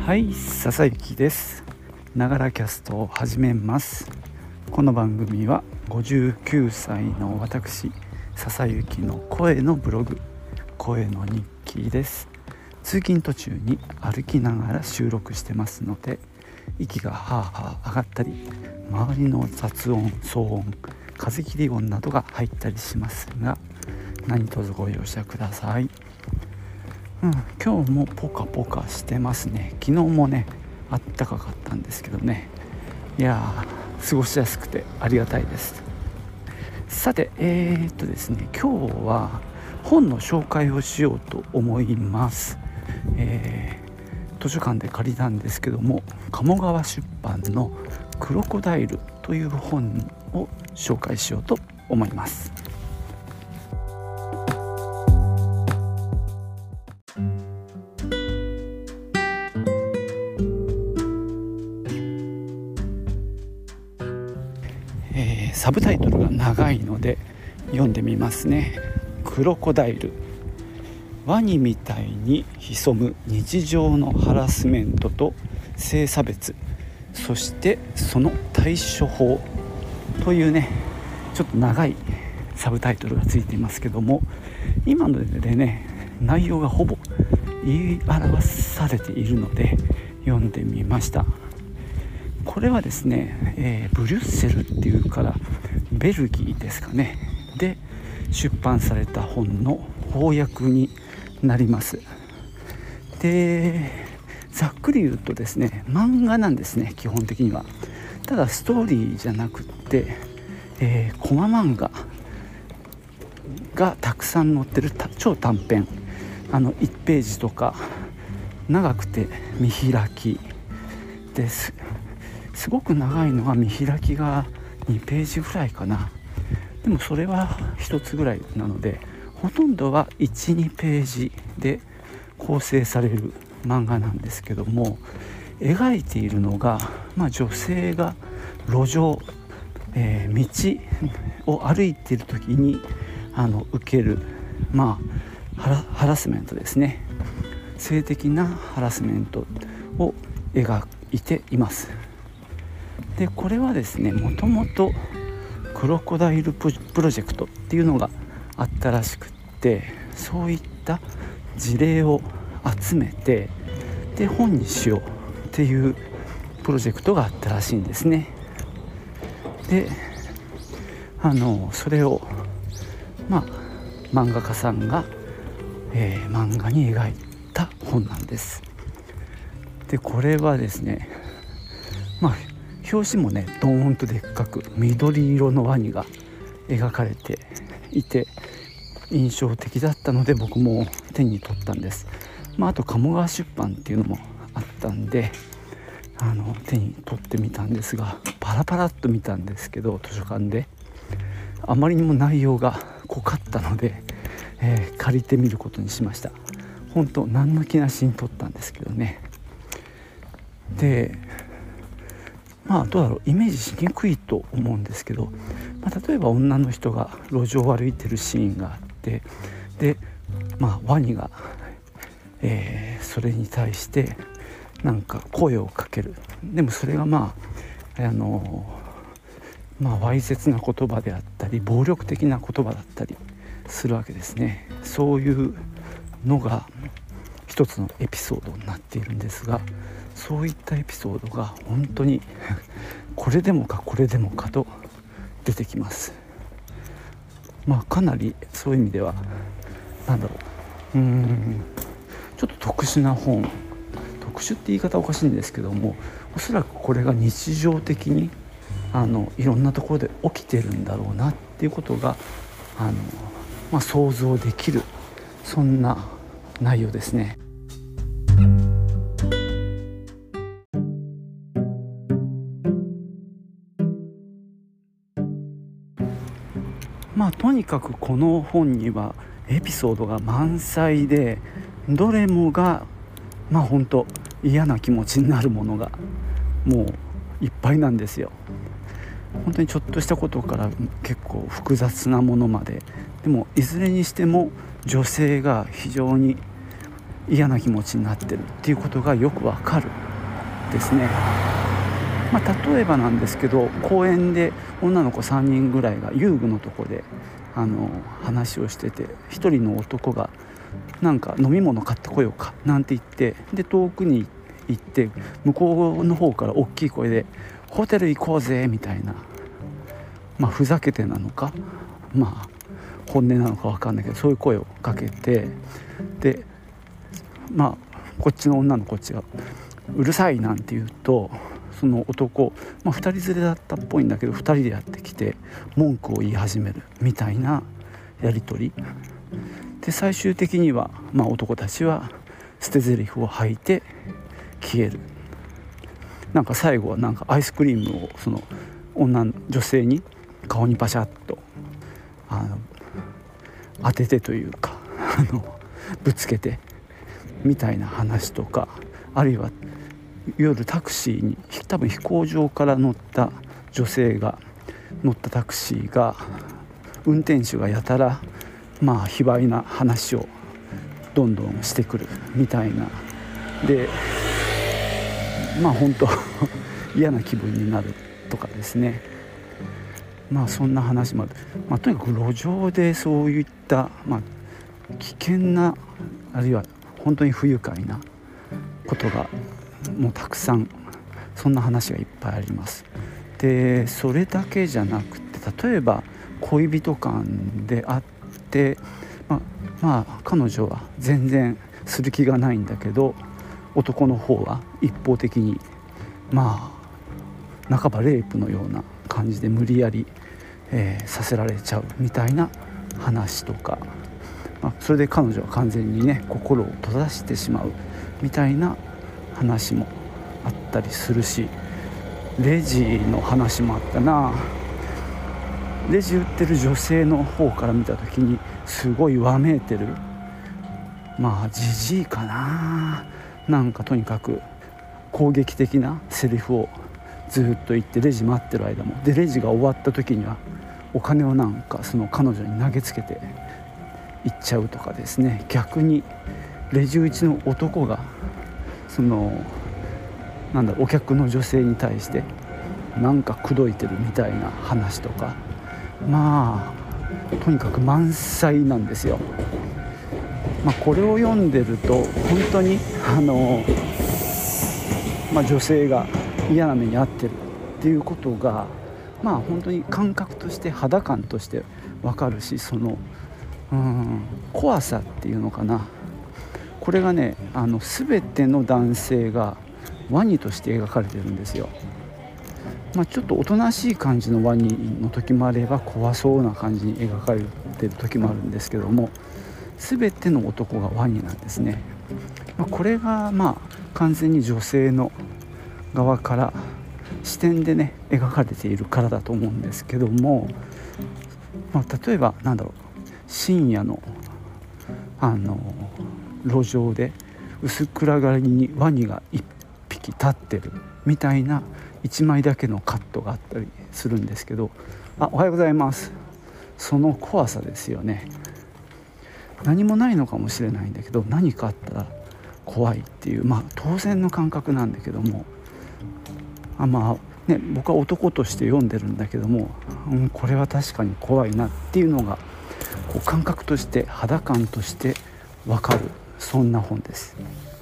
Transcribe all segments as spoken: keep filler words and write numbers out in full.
はい、笹雪です。ながらキャストを始めます。この番組はごじゅうきゅうさいの私笹雪の声のブログ、声の日記です。通勤途中に歩きながら収録してますので、息がハーハー上がったり、周りの雑音、騒音、風切り音などが入ったりしますが、何卒ご容赦ください。うん、今日もポカポカしてますね。昨日もねあったかかったんですけどね、いやー過ごしやすくてありがたいです。さてえー、っとですね今日は本の紹介をしようと思います。えー、図書館で借りたんですけども、鴨川出版のクロコダイルという本を紹介しようと思います。えー、サブタイトルが長いので読んでみますね。クロコダイル、ワニみたいに潜む日常のハラスメントと性差別、そしてその対処法というね、ちょっと長いサブタイトルがついていますけども、今のでね内容がほぼ言い表されているので読んでみました。これはですね、えー、ブリュッセルっていうからベルギーですかねで出版された本の翻訳になります。でざっくり言うとですね、漫画なんですね。基本的にはただストーリーじゃなくって、えー、コマ漫画がたくさん載ってる超短編、あのいちページとか長くて見開きです。すごく長いのは見開きがにページぐらいかな。でもそれはひとつぐらいなので、ほとんどは いち、にページで構成される漫画なんですけども、描いているのが、まあ、女性が路上、えー、道を歩いている時にあの受ける、まあ、ハラ、ハラスメントですね。性的なハラスメントを描いています。でこれはですね、もともとクロコダイルプロジェクトっていうのがあったらしくって、そういった事例を集めてで本にしようっていうプロジェクトがあったらしいんですね。であのそれをまあ漫画家さんが、えー、漫画に描いた本なんです。でこれはですね、まあ表紙もねドーンとでっかく緑色のワニが描かれていて印象的だったので、僕も手に取ったんです。まあ、あと鴨川出版っていうのもあったんであの手に取ってみたんですが、パラパラっと見たんですけど、図書館であまりにも内容が濃かったので、えー、借りてみることにしました。本当何の気なしに取ったんですけどね。でまあどうだろう、イメージしにくいと思うんですけど、まあ、例えば女の人が路上を歩いてるシーンがあって、で、まあ、ワニが、えー、それに対してなんか声をかける。でもそれがまああのまあわいせつな言葉であったり暴力的な言葉だったりするわけですね。そういうのが一つのエピソードになっているんですが、そういったエピソードが本当にこれでもかこれでもかと出てきます。まあかなりそういう意味ではなんだろううーんちょっと特殊な本、特殊って言い方おかしいんですけども、おそらくこれが日常的にあのいろんなところで起きてるんだろうなっていうことがあの、まあ、想像できる、そんな内容ですね。まあとにかくこの本にはエピソードが満載で、どれもがまあ本当嫌な気持ちになるものがもういっぱいなんですよ。本当にちょっとしたことから結構複雑なものまで、でもいずれにしても女性が非常に嫌な気持ちになってるっていうことがよくわかるですね。まあ、例えばなんですけど、公園で女の子さんにんぐらいが遊具のとこであの話をしてて、ひとりの男がなんか飲み物買ってこようかなんて言って、で遠くに行って向こうの方から大きい声でホテル行こうぜみたいな、まあふざけてなのか、まあ本音なのか分かんないけど、そういう声をかけて、でまあこっちの女の子っちがうるさいなんて言うと、その男、まあ、ふたり連れだったっぽいんだけどふたりでやってきて文句を言い始めるみたいなやり取りで、最終的には、まあ、男たちは捨て台詞を吐いて消える。なんか最後はなんかアイスクリームをその女女性に顔にパシャッとあの当ててというかあのぶつけてみたいな話とか、あるいは夜タクシーに多分飛行場から乗った女性が乗ったタクシーが運転手がやたらまあ卑猥な話をどんどんしてくるみたいなで、まあ本当嫌な気分になるとかですね。まあそんな話もある、まあ、とにかく路上でそういった、まあ、危険なあるいは本当に不愉快なことがもうたくさん、そんな話がいっぱいあります。でそれだけじゃなくて、例えば恋人間であって、まあ、まあ彼女は全然する気がないんだけど、男の方は一方的にまあ半ばレイプのような感じで無理やり、えー、させられちゃうみたいな話とか、まあ、それで彼女は完全にね心を閉ざしてしまうみたいな話もあったりするし、レジの話もあったな。レジ売ってる女性の方から見た時にすごいわめいてる、まあジジイかな、なんかとにかく攻撃的なセリフをずっと言って、レジ待ってる間もでレジが終わった時にはお金をなんかその彼女に投げつけて行っちゃうとかですね。逆にレジ打ちの男がそのなんだお客の女性に対してなんか口説いてるみたいな話とか、まあとにかく満載なんですよ。まあ、これを読んでると本当にあの、まあ、女性が嫌な目に遭ってるっていうことがまあ本当に感覚として肌感として分かるし、そのうん怖さっていうのかな、これがねあの全ての男性がワニとして描かれてるんですよ。まあ、ちょっとおとなしい感じのワニの時もあれば怖そうな感じに描かれてる時もあるんですけども、全ての男がワニなんですね。まあ、これがまあ完全に女性の側から視点でね描かれているからだと思うんですけども、まあ、例えばなんだろう、深夜のあの路上で薄暗がりにワニが一匹立ってるみたいな一枚だけのカットがあったりするんですけど、あ、おはようございます。その怖さですよね。何もないのかもしれないんだけど何かあったら怖いっていう、まあ当然の感覚なんだけども、あまあね、僕は男として読んでるんだけども、うん、これは確かに怖いなっていうのがこう感覚として肌感として分かる、そんな本です。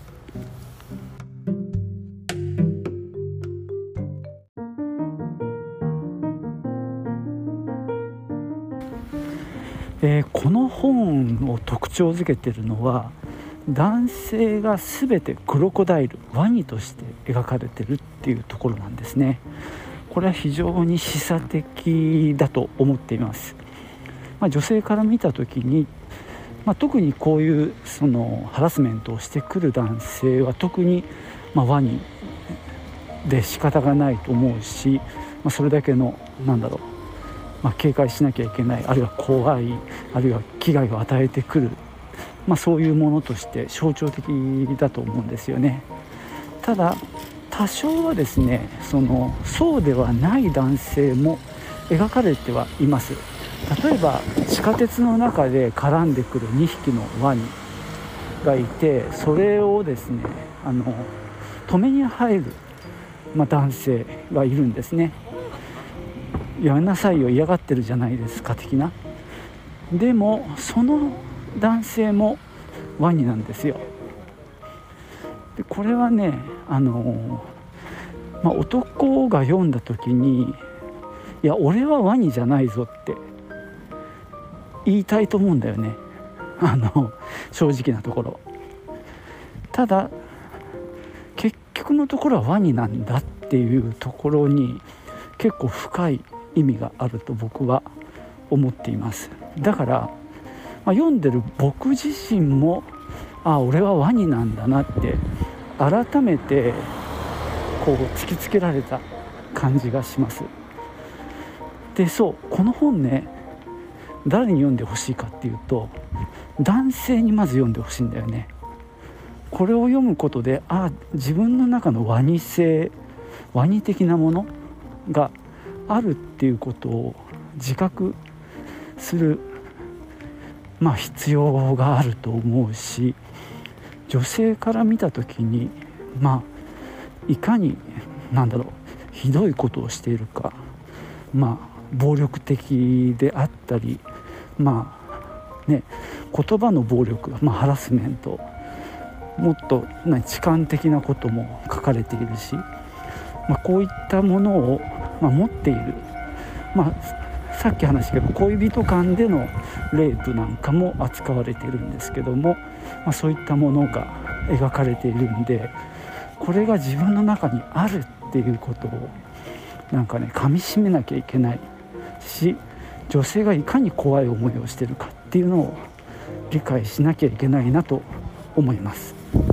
えー、この本を特徴づけているのは男性が全てクロコダイル、ワニとして描かれてるっていうところなんですね。これは非常に示唆的だと思っています。まあ、女性から見た時に、まあ、特にこういうそのハラスメントをしてくる男性は特にまあワニで仕方がないと思うし、まあ、それだけのなんだろう、まあ、警戒しなきゃいけない、あるいは怖い、あるいは危害を与えてくる、まあ、そういうものとして象徴的だと思うんですよね。ただ多少はですね、そのそうではない男性も描かれてはいます。例えば地下鉄の中で絡んでくるにひきのワニがいて、それをですねあの止めに入る、まあ、男性がいるんですね。やめなさいよ、嫌がってるじゃないですか的な。でもその男性もワニなんですよ。でこれはねあの、まあ、男が読んだ時に、いや俺はワニじゃないぞって言いたいと思うんだよね、あの正直なところ。ただ結局のところはワニなんだっていうところに結構深い意味があると僕は思っています。だから、まあ、読んでる僕自身も、あ俺はワニなんだなって改めてこう突きつけられた感じがします。でそうこの本ね、誰に読んでほしいかっていうと、男性にまず読んでほしいんだよね。これを読むことで、あ自分の中のワニ性、ワニ的なものがあるっていうことを自覚する、まあ、必要があると思うし、女性から見た時に、まあいかになんだろうひどいことをしているか、まあ暴力的であったり、まあね言葉の暴力、まあ、ハラスメント、もっと痴漢的なことも書かれているし、まあ、こういったものを、まあ、持っている、まあ、さっき話したけど恋人間でのレイプなんかも扱われているんですけども、まあ、そういったものが描かれているんで、これが自分の中にあるっていうことをなんかね噛み締めなきゃいけないし、女性がいかに怖い思いをしているかっていうのを理解しなきゃいけないなと思います。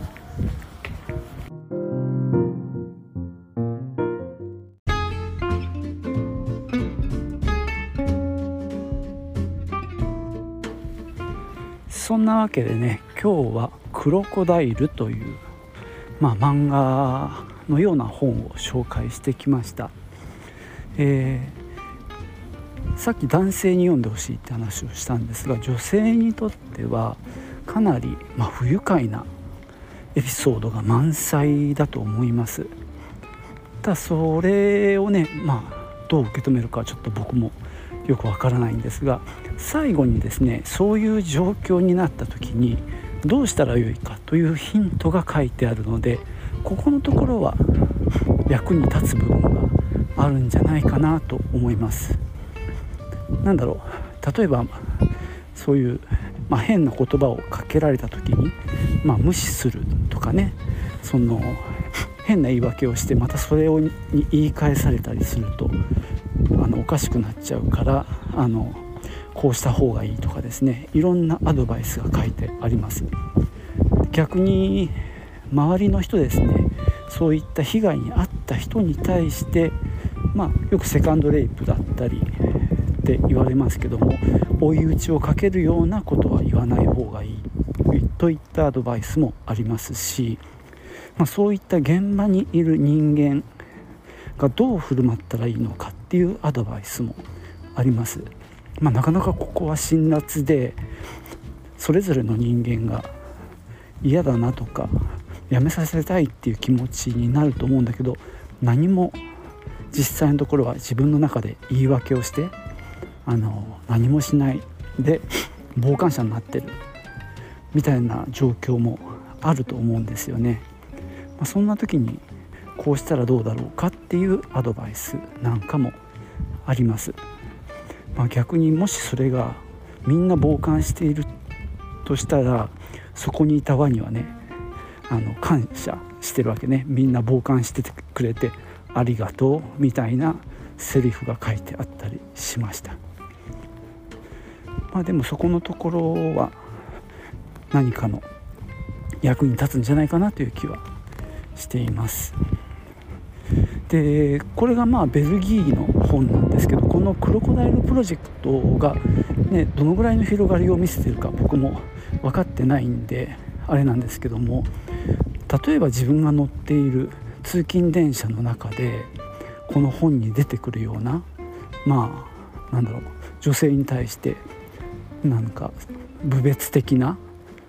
そんなわけでね、今日はクロコダイルという、まあ、漫画のような本を紹介してきました。えー、さっき男性に読んでほしいって話をしたんですが、女性にとってはかなり、まあ、不愉快なエピソードが満載だと思います。ただそれをね、まあ、どう受け止めるかはちょっと僕もよくわからないんですが、最後にですねそういう状況になった時にどうしたらよいかというヒントが書いてあるので、ここのところは役に立つ部分があるんじゃないかなと思います。なんだろう、例えばそういう、まあ、変な言葉をかけられた時に、まあ、無視するとかね、その変な言い訳をしてまたそれをに言い返されたりするとあのおかしくなっちゃうから、あのこうした方がいいとかですね、いろんなアドバイスが書いてあります。逆に周りの人ですね、そういった被害に遭った人に対して、まあ、よくセカンドレイプだったりって言われますけども、追い打ちをかけるようなことは言わない方がいいといったアドバイスもありますし、まあ、そういった現場にいる人間がどう振る舞ったらいいのかっていうアドバイスもあります。まあ、なかなかここは辛辣で、それぞれの人間が嫌だなとかやめさせたいっていう気持ちになると思うんだけど、何も実際のところは自分の中で言い訳をしてあの何もしないで傍観者になってるみたいな状況もあると思うんですよね。まあ、そんな時にこうしたらどうだろうかっていうアドバイスなんかもあります。まあ、逆にもしそれがみんな傍観しているとしたら、そこにいたワニはねあの感謝してるわけね。みんな傍観しててくれてありがとうみたいなセリフが書いてあったりしました。まあ、でもそこのところは何かの役に立つんじゃないかなという気はしています。でこれがまあベルギーの本なんですけど、このクロコダイルプロジェクトが、ね、どのぐらいの広がりを見せているか僕も分かってないんであれなんですけども、例えば自分が乗っている通勤電車の中でこの本に出てくるような、まあなんだろう、女性に対してなんか侮蔑的な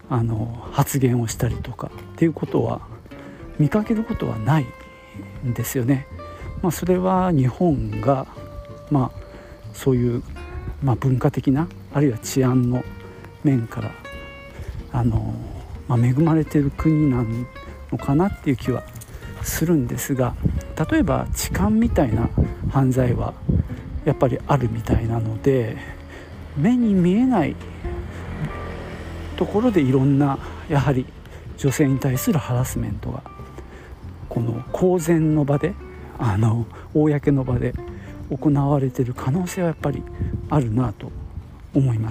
あの発言をしたりとかっていうことは見かけることはないんですよね。まあ、それは日本が、まあ、そういう、まあ、文化的なあるいは治安の面からあの、まあ、恵まれている国なのかなっていう気はするんですが、例えば痴漢みたいな犯罪はやっぱりあるみたいなので、目に見えないところでいろんなやはり女性に対するハラスメントがこの公然の場であの公の場で行われている可能性はやっぱりあるなと思います。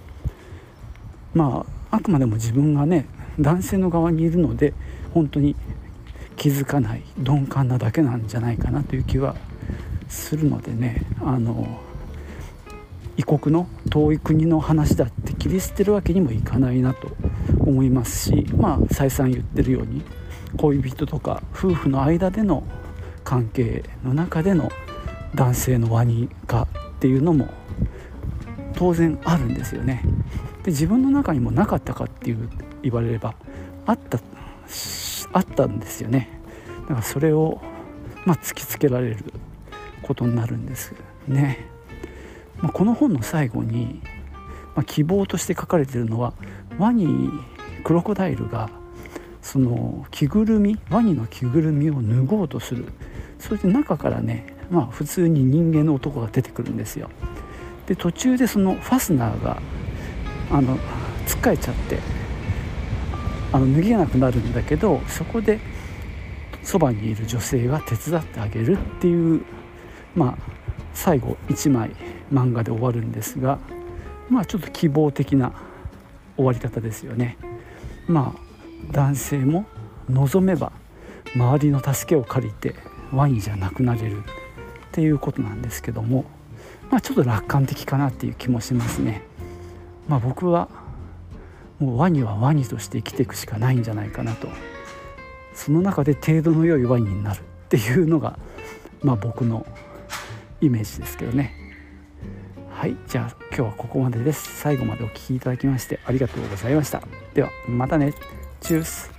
まああくまでも自分がね男性の側にいるので本当に気づかない鈍感なだけなんじゃないかなという気はするのでね、あの異国の遠い国の話だって切り捨てるわけにもいかないなと思いますし、まあ再三言ってるように恋人とか夫婦の間での関係の中での男性のワニ化っていうのも当然あるんですよね。で自分の中にもなかったかっていう言われればあったあったんですよね。だからそれを、まあ、突きつけられることになるんですね。まあ、この本の最後に、まあ、希望として書かれているのはワニクロコダイルがその着ぐるみワニの着ぐるみを脱ごうとする。それで中からね、まあ、普通に人間の男が出てくるんですよ。で途中でそのファスナーがあのつっかえちゃってあの脱げなくなるんだけど、そこでそばにいる女性が手伝ってあげるっていう、まあ最後いちまい漫画で終わるんですが、まあちょっと希望的な終わり方ですよね。まあ男性も望めば周りの助けを借りてワニじゃなくなれるっていうことなんですけども、まあちょっと楽観的かなっていう気もしますね。まあ僕はもうワニはワニとして生きていくしかないんじゃないかなと、その中で程度の良いワニになるっていうのが、まあ、僕のイメージですけどね。はい、じゃあ今日はここまでです。最後までお聞きいただきましてありがとうございました。ではまたね。チュース。